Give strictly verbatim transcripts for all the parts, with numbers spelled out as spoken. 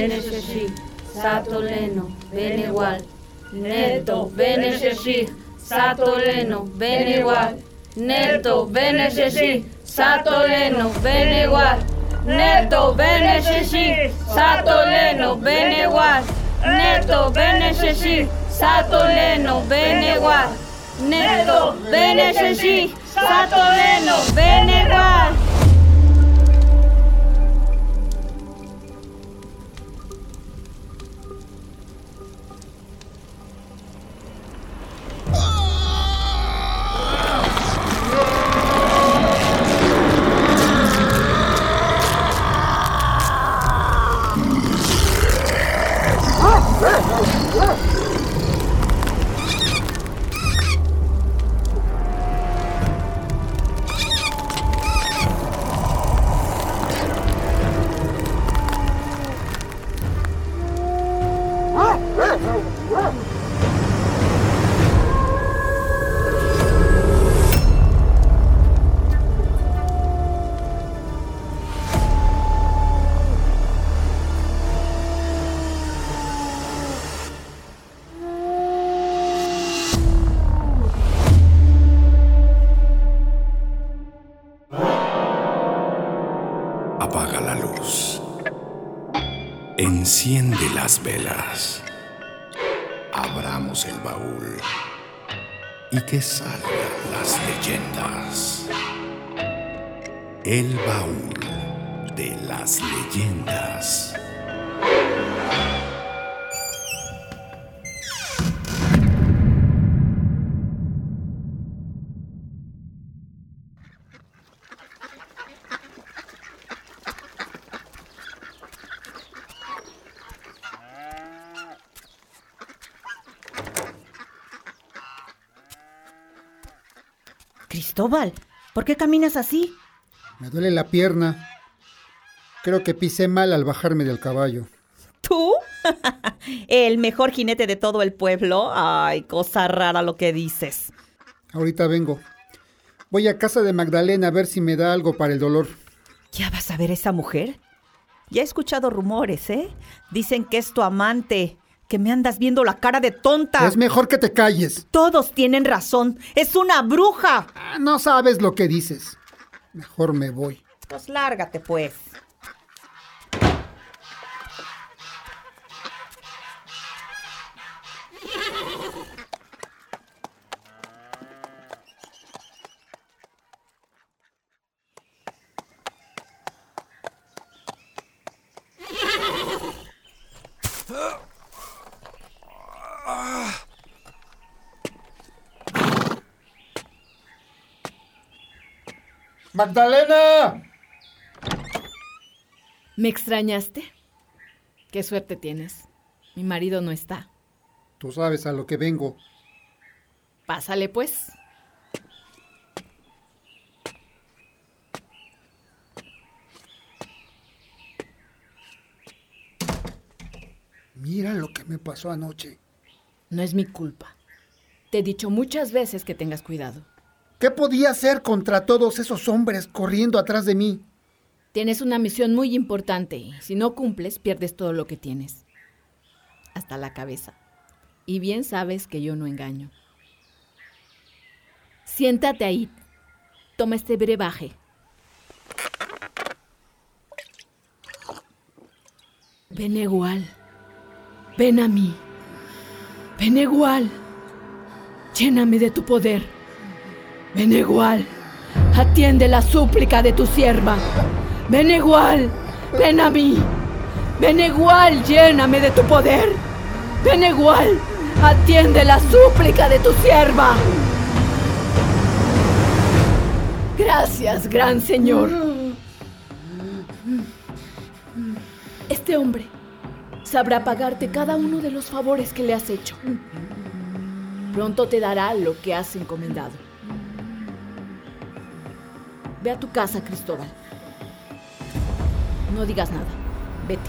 Benesheshi, Satoleno, Benegual. Neto, Benesheshi, Satoleno, Benegual. Neto, Benesheshi, Satoleno, Benegual. Neto, Benesheshi, Satoleno, Benegual. Neto, Benesheshi, Satoleno, Benegual. Neto, Benesheshi, Satoleno, Benegual. Apaga la luz. Enciende las velas. Abramos el baúl y que salgan las leyendas. El baúl de las leyendas. Cristóbal, ¿por qué caminas así? Me duele la pierna. Creo que pisé mal al bajarme del caballo. ¿Tú? ¿El mejor jinete de todo el pueblo? Ay, cosa rara lo que dices. Ahorita vengo. Voy a casa de Magdalena a ver si me da algo para el dolor. ¿Ya vas a ver a esa mujer? Ya he escuchado rumores, ¿eh? Dicen que es tu amante, que me andas viendo la cara de tonta. Es mejor que te calles. Todos tienen razón. ¡Es una bruja! Ah, no sabes lo que dices. Mejor me voy. Pues lárgate, pues. ¡Magdalena! ¿Me extrañaste? Qué suerte tienes. Mi marido no está. Tú sabes a lo que vengo. Pásale, pues. Mira lo que me pasó anoche. No es mi culpa. Te he dicho muchas veces que tengas cuidado. ¿Qué podía hacer contra todos esos hombres corriendo atrás de mí? Tienes una misión muy importante y si no cumples, pierdes todo lo que tienes. Hasta la cabeza. Y bien sabes que yo no engaño. Siéntate ahí. Toma este brebaje. Benegual. Ven a mí. Benegual. Lléname de tu poder. Benegual. Atiende la súplica de tu sierva. Benegual. Ven a mí. Benegual, lléname de tu poder. Benegual. Atiende la súplica de tu sierva. Gracias, gran señor. Este hombre sabrá pagarte cada uno de los favores que le has hecho. Pronto te dará lo que has encomendado. Ve a tu casa, Cristóbal. No digas nada. Vete.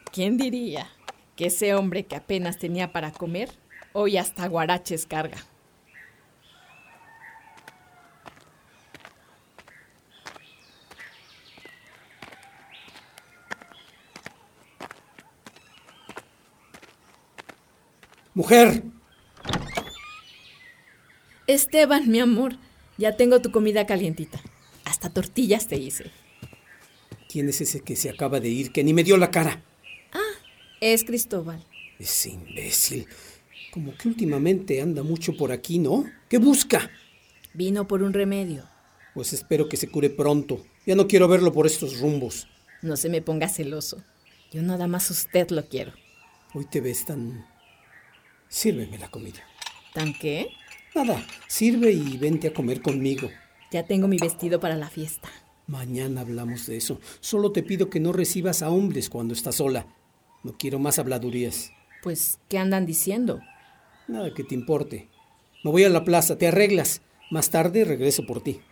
¿Quién diría que ese hombre que apenas tenía para comer, hoy hasta guaraches carga? ¡Mujer! Esteban, mi amor, ya tengo tu comida calientita. Hasta tortillas te hice. ¿Quién es ese que se acaba de ir, que ni me dio la cara? Ah, es Cristóbal. Ese imbécil. Como que últimamente anda mucho por aquí, ¿no? ¿Qué busca? Vino por un remedio. Pues espero que se cure pronto. Ya no quiero verlo por estos rumbos. No se me ponga celoso. Yo nada más usted lo quiero. Hoy te ves tan... Sírveme la comida. ¿Tan qué? Nada, sirve y vente a comer conmigo. Ya tengo mi vestido para la fiesta. Mañana hablamos de eso. Solo te pido que no recibas a hombres cuando estás sola. No quiero más habladurías. Pues, ¿qué andan diciendo? Nada que te importe. Me voy a la plaza, te arreglas. Más tarde regreso por ti.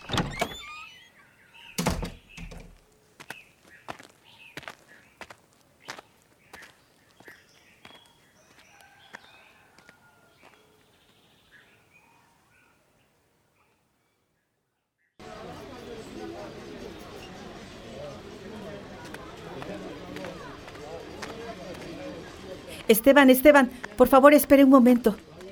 Esteban, Esteban, por favor, espere un momento.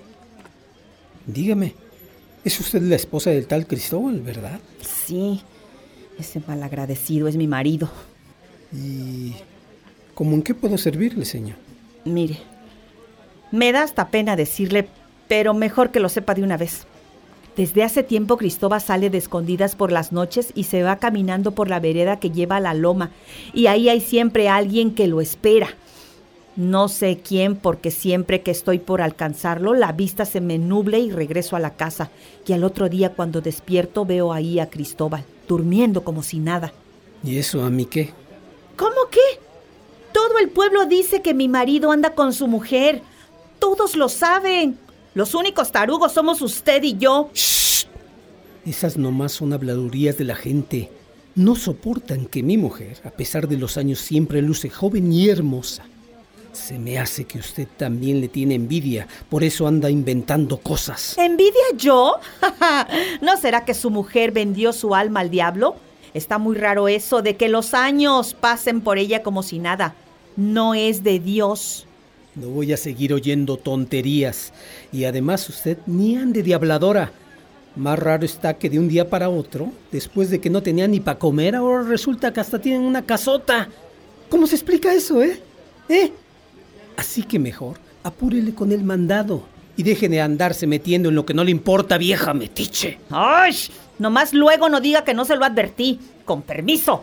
Dígame, ¿es usted la esposa del tal Cristóbal, verdad? Sí, ese malagradecido es mi marido. ¿Y cómo en qué puedo servirle, señor? Mire, me da hasta pena decirle, pero mejor que lo sepa de una vez. Desde hace tiempo Cristóbal sale de escondidas por las noches y se va caminando por la vereda que lleva a la loma. Y ahí hay siempre alguien que lo espera. No sé quién, porque siempre que estoy por alcanzarlo, la vista se me nuble y regreso a la casa. Y al otro día, cuando despierto, veo ahí a Cristóbal, durmiendo como si nada. ¿Y eso a mí qué? ¿Cómo qué? Todo el pueblo dice que mi marido anda con su mujer. Todos lo saben. Los únicos tarugos somos usted y yo. ¡Shh! Esas nomás son habladurías de la gente. No soportan que mi mujer, a pesar de los años, siempre luce joven y hermosa. Se me hace que usted también le tiene envidia, por eso anda inventando cosas. ¿Envidia yo? ¿No será que su mujer vendió su alma al diablo? Está muy raro eso de que los años pasen por ella como si nada. No es de Dios. No voy a seguir oyendo tonterías. Y además usted ni ande de habladora. Más raro está que de un día para otro, después de que no tenía ni para comer, ahora resulta que hasta tienen una casota. ¿Cómo se explica eso, eh? ¿Eh? Así que mejor, apúrele con el mandado y deje de andarse metiendo en lo que no le importa, vieja metiche. ¡Ay! Nomás luego no diga que no se lo advertí. Con permiso.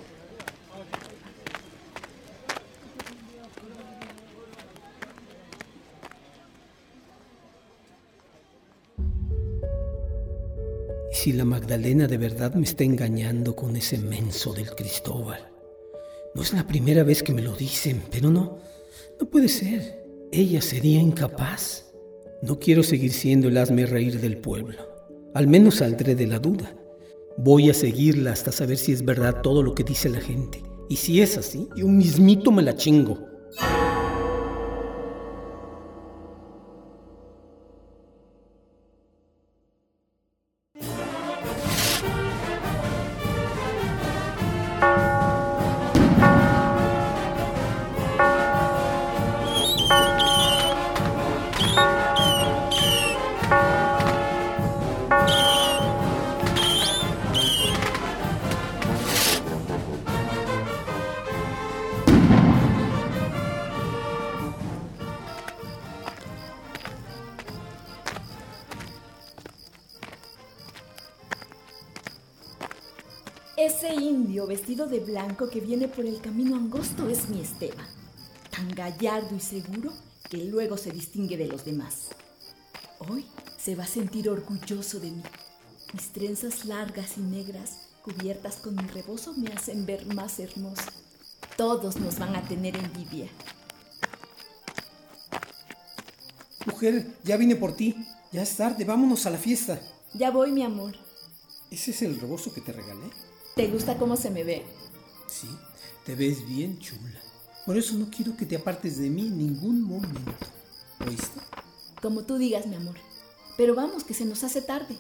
¿Y si la Magdalena de verdad me está engañando con ese menso del Cristóbal? No es la primera vez que me lo dicen, pero no, no puede ser. Ella sería incapaz. No quiero seguir siendo el hazme reír del pueblo. Al menos saldré de la duda. Voy a seguirla hasta saber si es verdad todo lo que dice la gente. Y si es así, yo mismito me la chingo. Ese indio vestido de blanco que viene por el camino angosto es mi Esteban, tan gallardo y seguro que luego se distingue de los demás. Hoy se va a sentir orgulloso de mí. Mis trenzas largas y negras, cubiertas con mi rebozo, me hacen ver más hermosa. Todos nos van a tener envidia. Mujer, ya vine por ti. Ya es tarde, vámonos a la fiesta. Ya voy, mi amor. ¿Ese es el rebozo que te regalé? ¿Te gusta cómo se me ve? Sí, te ves bien chula. Por eso no quiero que te apartes de mí en ningún momento. ¿Oíste? Como tú digas, mi amor. Pero vamos, que se nos hace tarde.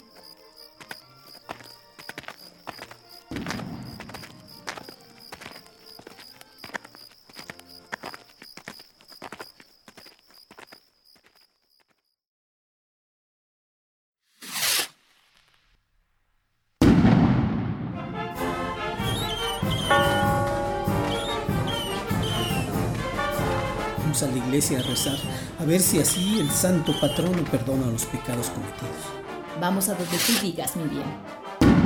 Vamos a la iglesia a rezar, a ver si así el santo patrono perdona los pecados cometidos. Vamos a donde tú digas, mi bien.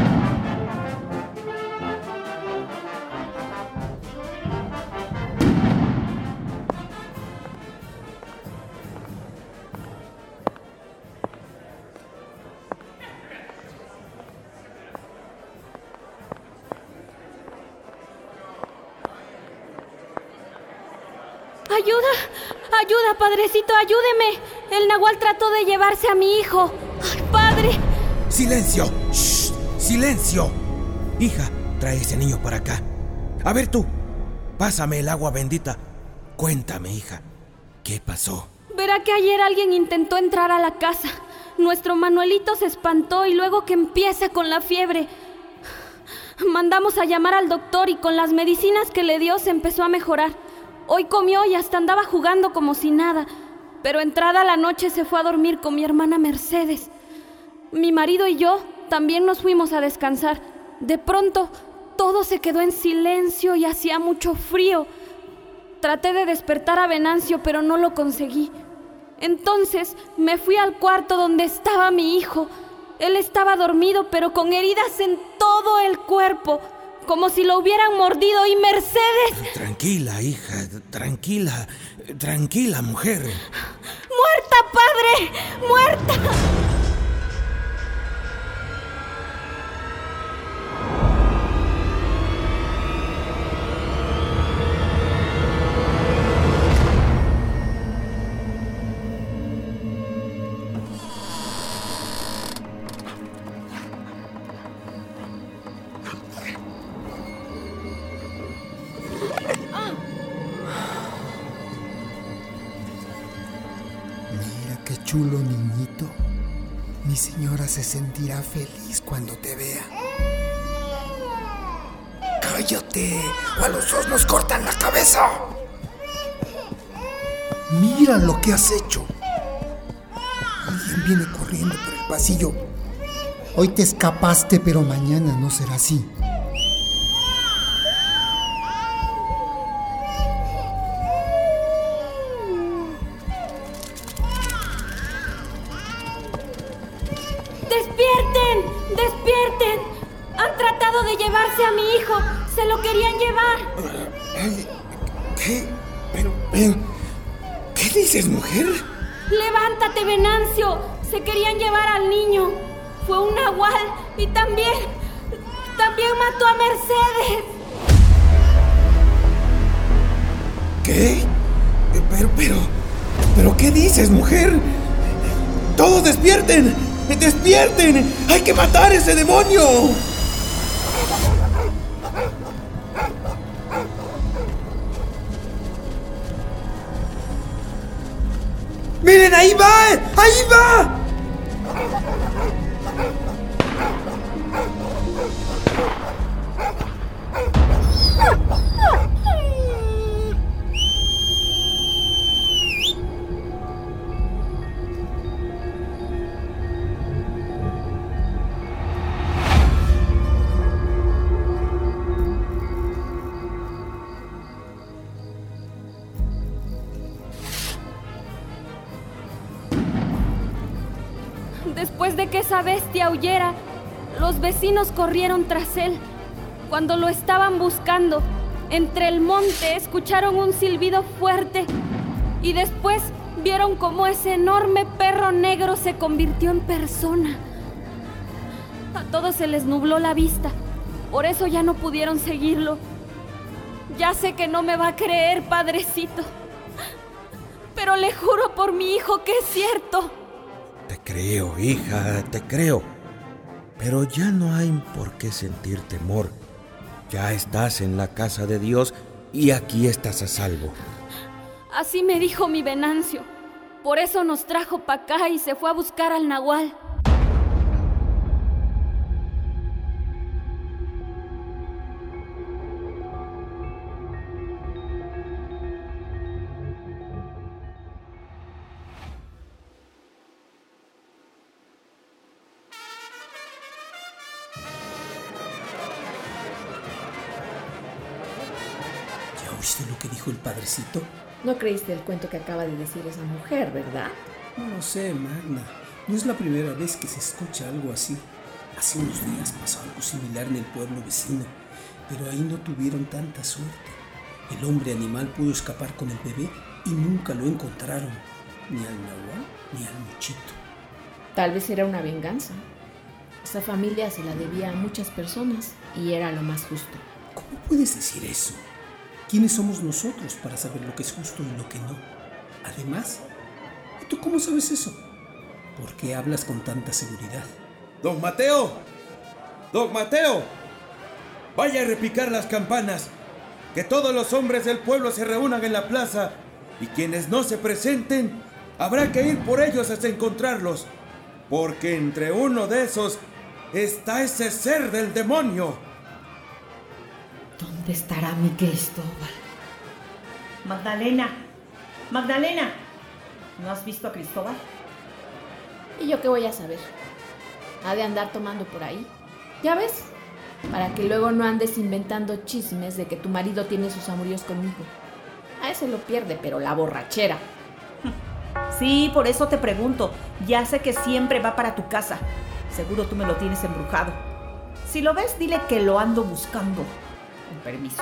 ¡Ayuda! ¡Ayuda, padrecito! ¡Ayúdeme! El nahual trató de llevarse a mi hijo. ¡Ay, padre! ¡Silencio! ¡Shh! ¡Silencio! Hija, trae ese niño para acá. A ver tú, pásame el agua bendita. Cuéntame, hija, ¿qué pasó? Verá que ayer alguien intentó entrar a la casa. Nuestro Manuelito se espantó y luego que empieza con la fiebre. Mandamos a llamar al doctor y con las medicinas que le dio se empezó a mejorar. Hoy comió y hasta andaba jugando como si nada, pero entrada la noche se fue a dormir con mi hermana Mercedes. Mi marido y yo también nos fuimos a descansar. De pronto, todo se quedó en silencio y hacía mucho frío. Traté de despertar a Venancio, pero no lo conseguí. Entonces me fui al cuarto donde estaba mi hijo. Él estaba dormido, pero con heridas en todo el cuerpo, como si lo hubieran mordido. Y Mercedes... Tranquila, hija, tranquila, tranquila, mujer. ¡Muerta, padre! ¡Muerta! Qué chulo niñito. Mi señora se sentirá feliz cuando te vea. ¡Cállate! ¡O a los dos nos cortan la cabeza! Mira lo que has hecho. Alguien viene corriendo por el pasillo. Hoy te escapaste, pero mañana no será así. ¡Despierten! ¡Despierten! Han tratado de llevarse a mi hijo. Se lo querían llevar. ¿Qué? Pero, pero... ¿Qué dices, mujer? ¡Levántate, Venancio! Se querían llevar al niño. Fue un nahual y también... También mató a Mercedes. ¿Qué? Pero, pero... ¿Pero qué dices, mujer? ¡Todos despierten! ¡Despierten! ¡Hay que matar a ese demonio! ¡Miren, ahí va! ¡Ahí va! Después de que esa bestia huyera, los vecinos corrieron tras él. Cuando lo estaban buscando, entre el monte escucharon un silbido fuerte y después vieron cómo ese enorme perro negro se convirtió en persona. A todos se les nubló la vista, por eso ya no pudieron seguirlo. Ya sé que no me va a creer, padrecito, pero le juro por mi hijo que es cierto. Te creo, hija, te creo. Pero ya no hay por qué sentir temor. Ya estás en la casa de Dios y aquí estás a salvo. Así me dijo mi Venancio. Por eso nos trajo para acá y se fue a buscar al Nahual. ¿Oíste lo que dijo el padrecito? No creíste el cuento que acaba de decir esa mujer, ¿verdad? No lo sé, Magna. No es la primera vez que se escucha algo así. Hace unos días pasó algo similar en el pueblo vecino, pero ahí no tuvieron tanta suerte. El hombre animal pudo escapar con el bebé y nunca lo encontraron, ni al Nahual ni al Muchito. Tal vez era una venganza. Esa familia se la debía a muchas personas y era lo más justo. ¿Cómo puedes decir eso? ¿Quiénes somos nosotros para saber lo que es justo y lo que no? Además, ¿y tú cómo sabes eso? ¿Por qué hablas con tanta seguridad? ¡Don Mateo! ¡Don Mateo! Vaya a repicar las campanas. Que todos los hombres del pueblo se reúnan en la plaza y quienes no se presenten, habrá que ir por ellos hasta encontrarlos. Porque entre uno de esos está ese ser del demonio. ¿Dónde estará mi Cristóbal? Magdalena, Magdalena, ¿no has visto a Cristóbal? ¿Y yo qué voy a saber? Ha de andar tomando por ahí. ¿Ya ves? Para que luego no andes inventando chismes de que tu marido tiene sus amoríos conmigo. A ese lo pierde, pero la borrachera. Sí, por eso te pregunto. Ya sé que siempre va para tu casa. Seguro tú me lo tienes embrujado. Si lo ves, dile que lo ando buscando. Con permiso.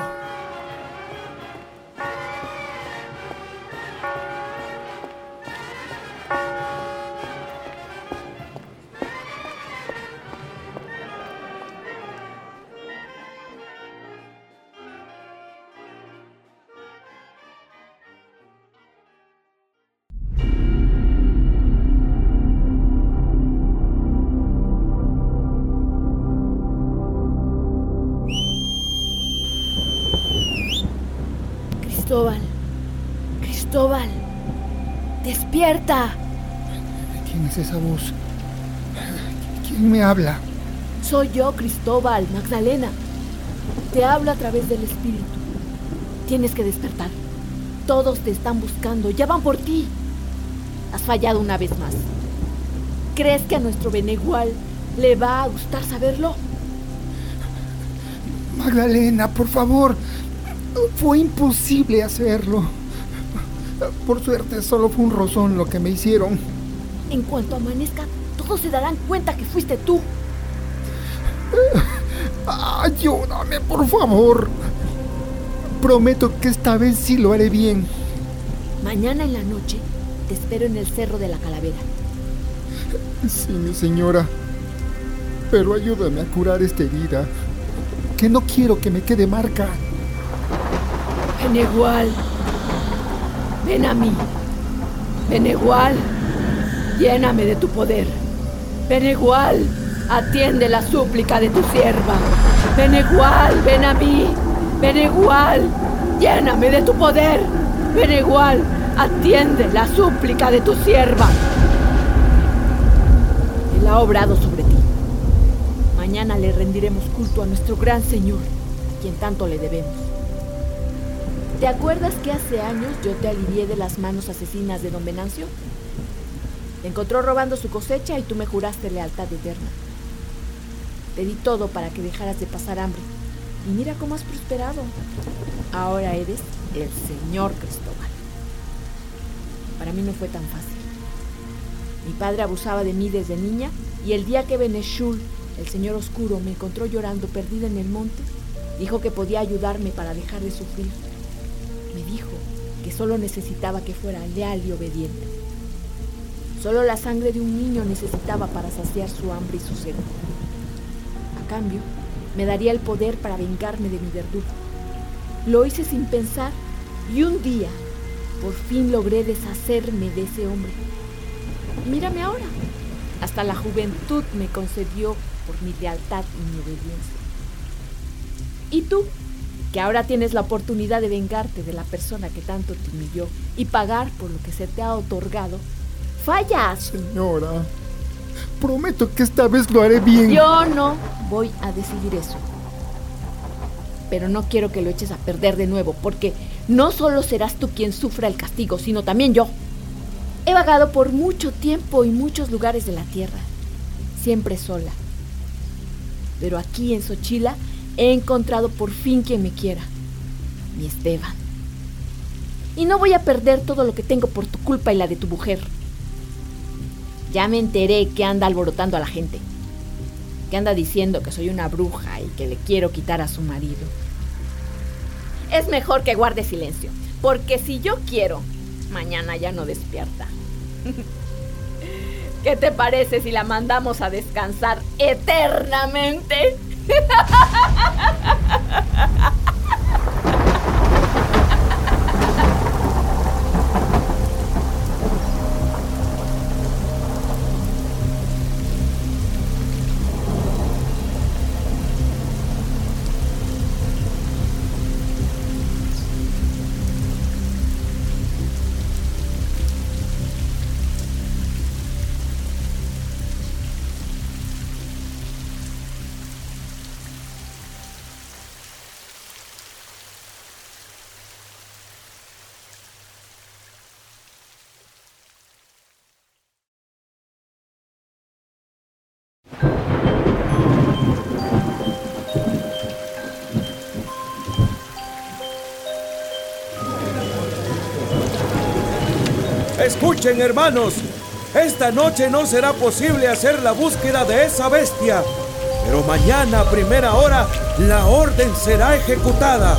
Cristóbal, Cristóbal, despierta. ¿Quién es esa voz? ¿Quién me habla? Soy yo, Cristóbal, Magdalena. Te hablo a través del espíritu. Tienes que despertar. Todos te están buscando, ya van por ti. Has fallado una vez más. ¿Crees que a nuestro Benegual le va a gustar saberlo? Magdalena, por favor. Fue imposible hacerlo. Por suerte, solo fue un rozón lo que me hicieron. En cuanto amanezca, todos se darán cuenta que fuiste tú. Ayúdame, por favor. Prometo que esta vez sí lo haré bien. Mañana en la noche te espero en el Cerro de la Calavera. Sí, mi señora. Pero ayúdame a curar esta herida, que no quiero que me quede marca. Benegual, ven a mí. Benegual, lléname de tu poder. Benegual, atiende la súplica de tu sierva. Benegual, ven a mí. Benegual, lléname de tu poder. Benegual, atiende la súplica de tu sierva. Él ha obrado sobre ti. Mañana le rendiremos culto a nuestro gran Señor, a quien tanto le debemos. ¿Te acuerdas que hace años yo te alivié de las manos asesinas de don Venancio? Te encontró robando su cosecha y tú me juraste lealtad eterna. Te di todo para que dejaras de pasar hambre. Y mira cómo has prosperado. Ahora eres el señor Cristóbal. Para mí no fue tan fácil. Mi padre abusaba de mí desde niña y el día que Beneshul, el señor oscuro, me encontró llorando perdida en el monte, dijo que podía ayudarme para dejar de sufrir. Me dijo que solo necesitaba que fuera leal y obediente. Solo la sangre de un niño necesitaba para saciar su hambre y su sed. A cambio, me daría el poder para vengarme de mi verdugo. Lo hice sin pensar y un día, por fin logré deshacerme de ese hombre. Y mírame ahora, hasta la juventud me concedió por mi lealtad y mi obediencia. ¿Y tú? que ahora tienes la oportunidad de vengarte de la persona que tanto te humilló y pagar por lo que se te ha otorgado, fallas. Señora, prometo que esta vez lo haré bien. Yo no voy a decidir eso. Pero no quiero que lo eches a perder de nuevo, porque no solo serás tú quien sufra el castigo, sino también yo. He vagado por mucho tiempo y muchos lugares de la tierra, siempre sola. Pero aquí en Xochila he encontrado por fin quien me quiera, mi Esteban. Y no voy a perder todo lo que tengo por tu culpa y la de tu mujer. Ya me enteré que anda alborotando a la gente, que anda diciendo que soy una bruja y que le quiero quitar a su marido. Es mejor que guarde silencio, porque si yo quiero, mañana ya no despierta. ¿Qué te parece si la mandamos a descansar eternamente? Escuchen, hermanos, esta noche no será posible hacer la búsqueda de esa bestia, pero mañana a primera hora la orden será ejecutada.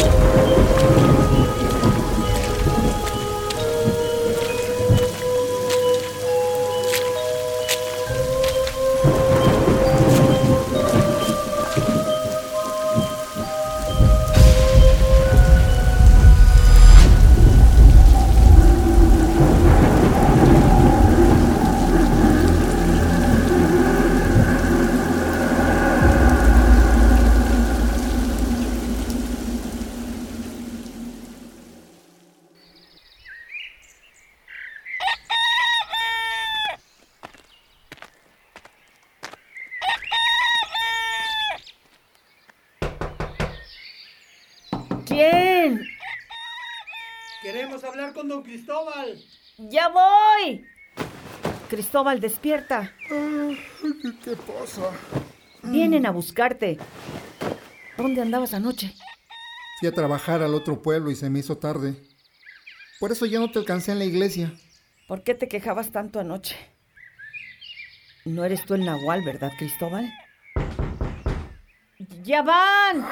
¿Quién? Queremos hablar con don Cristóbal. ¡Ya voy! Cristóbal, despierta. Ay, ¿qué pasa? Vienen a buscarte. ¿Dónde andabas anoche? Fui a trabajar al otro pueblo y se me hizo tarde. Por eso ya no te alcancé en la iglesia. ¿Por qué te quejabas tanto anoche? No eres tú el nahual, ¿verdad, Cristóbal? ¡Ya van!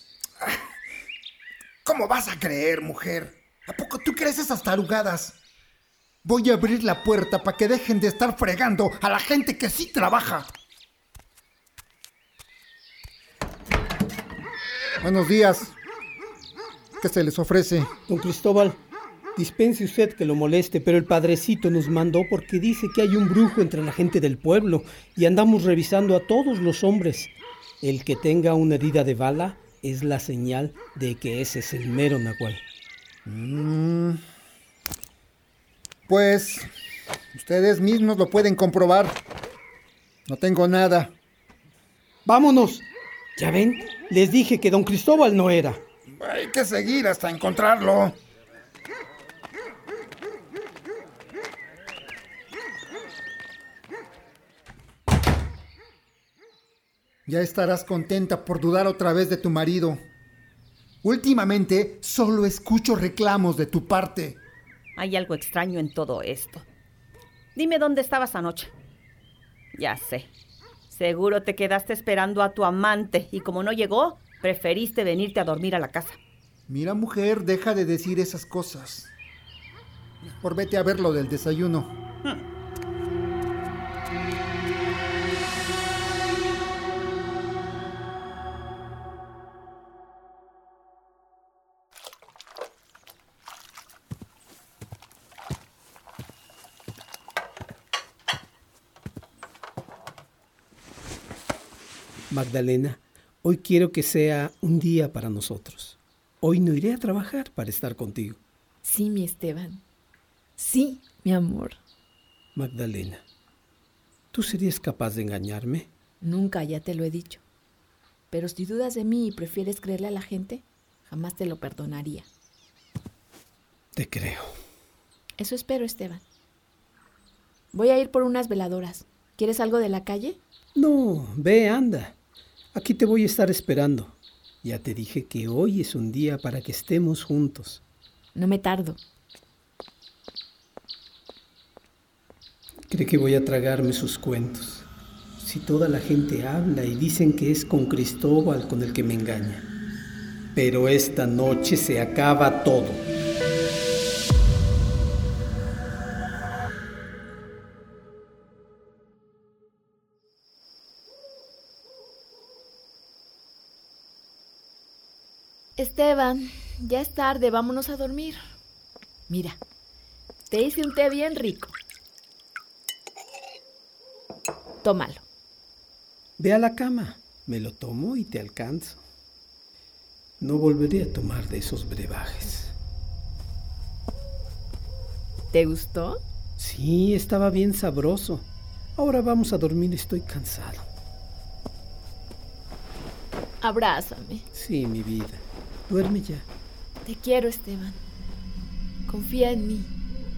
¿Cómo vas a creer, mujer? ¿A poco tú crees esas tarugadas? Voy a abrir la puerta para que dejen de estar fregando a la gente que sí trabaja. Buenos días. ¿Qué se les ofrece? Don Cristóbal, dispense usted que lo moleste, pero el padrecito nos mandó porque dice que hay un brujo entre la gente del pueblo y andamos revisando a todos los hombres. El que tenga una herida de bala es la señal de que ese es el mero nahual. Mm, pues ustedes mismos lo pueden comprobar. No tengo nada. ¡Vámonos! Ya ven, les dije que don Cristóbal no era. Hay que seguir hasta encontrarlo. Ya estarás contenta por dudar otra vez de tu marido. Últimamente solo escucho reclamos de tu parte. Hay algo extraño en todo esto. Dime dónde estabas anoche. Ya sé. Seguro te quedaste esperando a tu amante y como no llegó, preferiste venirte a dormir a la casa. Mira, mujer, deja de decir esas cosas. Mejor vete a ver lo del desayuno. Hmm. Magdalena, hoy quiero que sea un día para nosotros. Hoy no iré a trabajar para estar contigo. Sí, mi Esteban. Sí, mi amor. Magdalena, ¿tú serías capaz de engañarme? Nunca, ya te lo he dicho. Pero si dudas de mí y prefieres creerle a la gente, jamás te lo perdonaría. Te creo. Eso espero, Esteban. Voy a ir por unas veladoras. ¿Quieres algo de la calle? No, ve, anda. Aquí te voy a estar esperando. Ya te dije que hoy es un día para que estemos juntos. No me tardo. Cree que voy a tragarme sus cuentos. Si toda la gente habla y dicen que es con Cristóbal con el que me engaña. Pero esta noche se acaba todo. Esteban, ya es tarde, vámonos a dormir. Mira, te hice un té bien rico. Tómalo. Ve a la cama, me lo tomo y te alcanzo. No volveré a tomar de esos brebajes. ¿Te gustó? Sí, estaba bien sabroso. Ahora vamos a dormir, estoy cansado. Abrázame. Sí, mi vida. Duerme ya. Te quiero, Esteban. Confía en mí.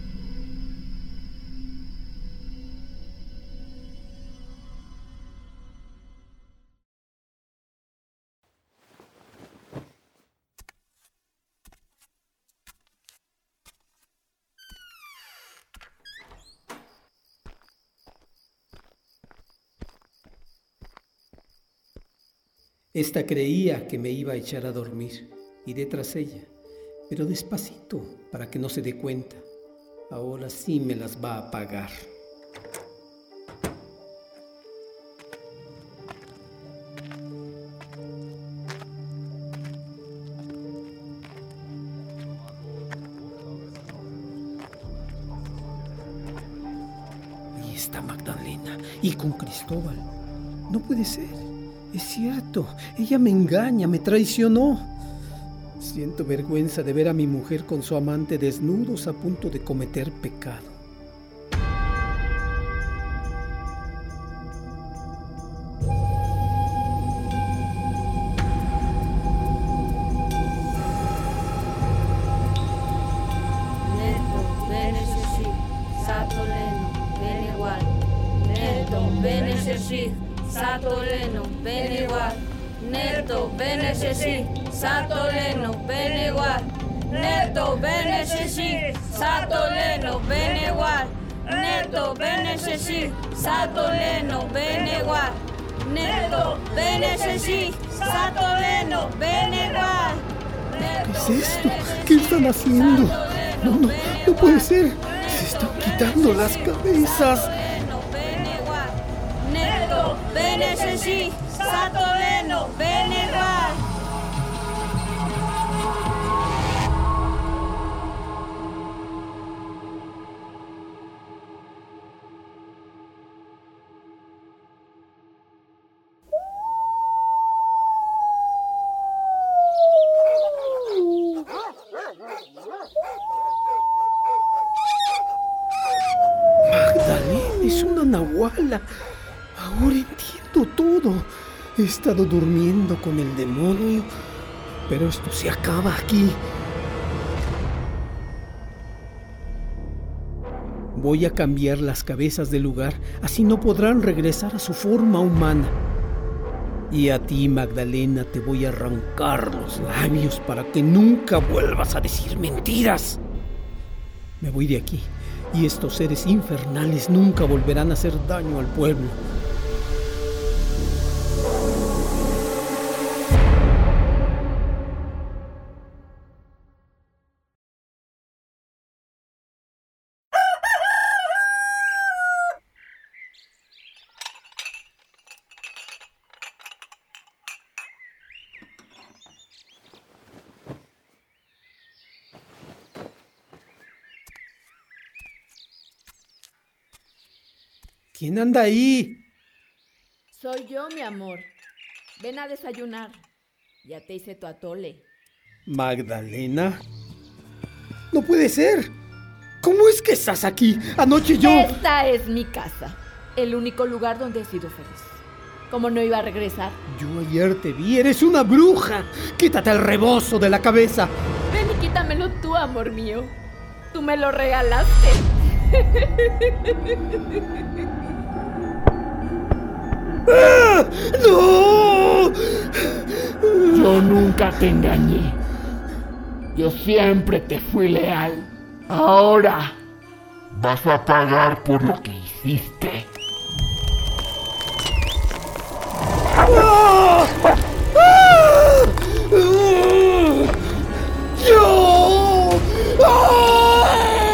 Esta creía que me iba a echar a dormir. Iré tras ella, pero despacito, para que no se dé cuenta. Ahora sí me las va a pagar. Ahí está Magdalena, y con Cristóbal. No puede ser. Es cierto, ella me engaña, me traicionó. Siento vergüenza de ver a mi mujer con su amante desnudos a punto de cometer pecado. Satoleno, bene igual. Neto, bene sì, Satoleno, bene igual. Neto, bene sì, Satoleno, bene igual. Neto, bene sì, Satoleno, bene igual. Neto, bene sì, Satoleno, bene igual. ¿Qué es esto? ¿Qué están haciendo? No, no, no puede ser. Se están quitando las cabezas. Bene sì, Satoleno, bene igual. Magdalena es una nahuala. Ahora entiendo todo. He estado durmiendo con el demonio, pero esto se acaba aquí. Voy a cambiar las cabezas del lugar, así no podrán regresar a su forma humana. Y a ti, Magdalena, te voy a arrancar los labios para que nunca vuelvas a decir mentiras. Me voy de aquí, y estos seres infernales nunca volverán a hacer daño al pueblo. ¿Quién anda ahí? Soy yo, mi amor. Ven a desayunar. Ya te hice tu atole. ¿Magdalena? No puede ser. ¿Cómo es que estás aquí? Anoche yo... Esta es mi casa. El único lugar donde he sido feliz. ¿Cómo no iba a regresar? Yo ayer te vi. Eres una bruja. Quítate el rebozo de la cabeza. Ven y quítamelo tú, amor mío. Tú me lo regalaste. ¡Ah! ¡No! Yo nunca te engañé. Yo siempre te fui leal. Ahora vas a pagar por lo que hiciste. ¡Ah! ¡Ah! ¡Yo! ¡Ah!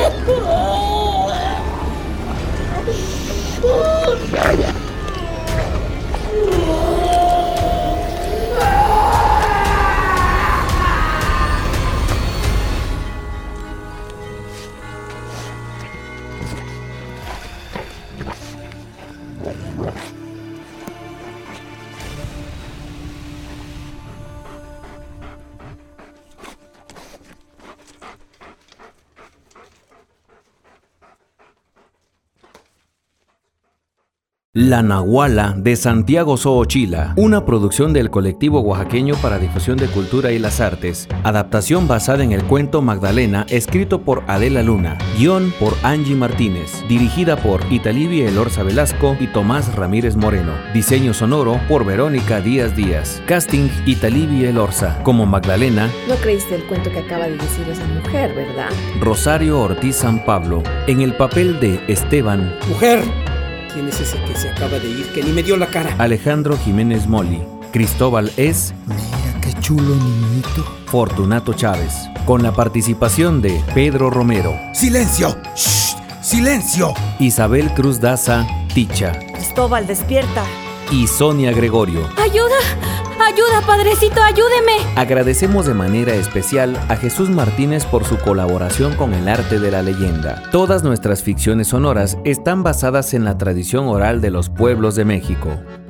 La Nahuala de Santiago Soochila, una producción del colectivo oaxaqueño para difusión de cultura y las artes. Adaptación basada en el cuento Magdalena, escrito por Adela Luna. Guión por Angie Martínez. Dirigida por Italibia Elorza Velasco y Tomás Ramírez Moreno. Diseño sonoro por Verónica Díaz Díaz. Casting Italibia Elorza. Como Magdalena. No creíste el cuento que acaba de decir esa mujer, ¿verdad? Rosario Ortiz San Pablo. En el papel de Esteban. ¡Mujer! ¿Quién es ese que se acaba de ir, que ni me dio la cara? Alejandro Jiménez Moli. Cristóbal es... Mira qué chulo niñito. Fortunato Chávez. Con la participación de Pedro Romero. ¡Silencio! ¡Shh! ¡Silencio! Isabel Cruz Daza, Ticha. Cristóbal, despierta. Y Sonia Gregorio. ¡Ayuda! ¡Ayuda, padrecito! ¡Ayúdeme! Agradecemos de manera especial a Jesús Martínez por su colaboración con el arte de la leyenda. Todas nuestras ficciones sonoras están basadas en la tradición oral de los pueblos de México.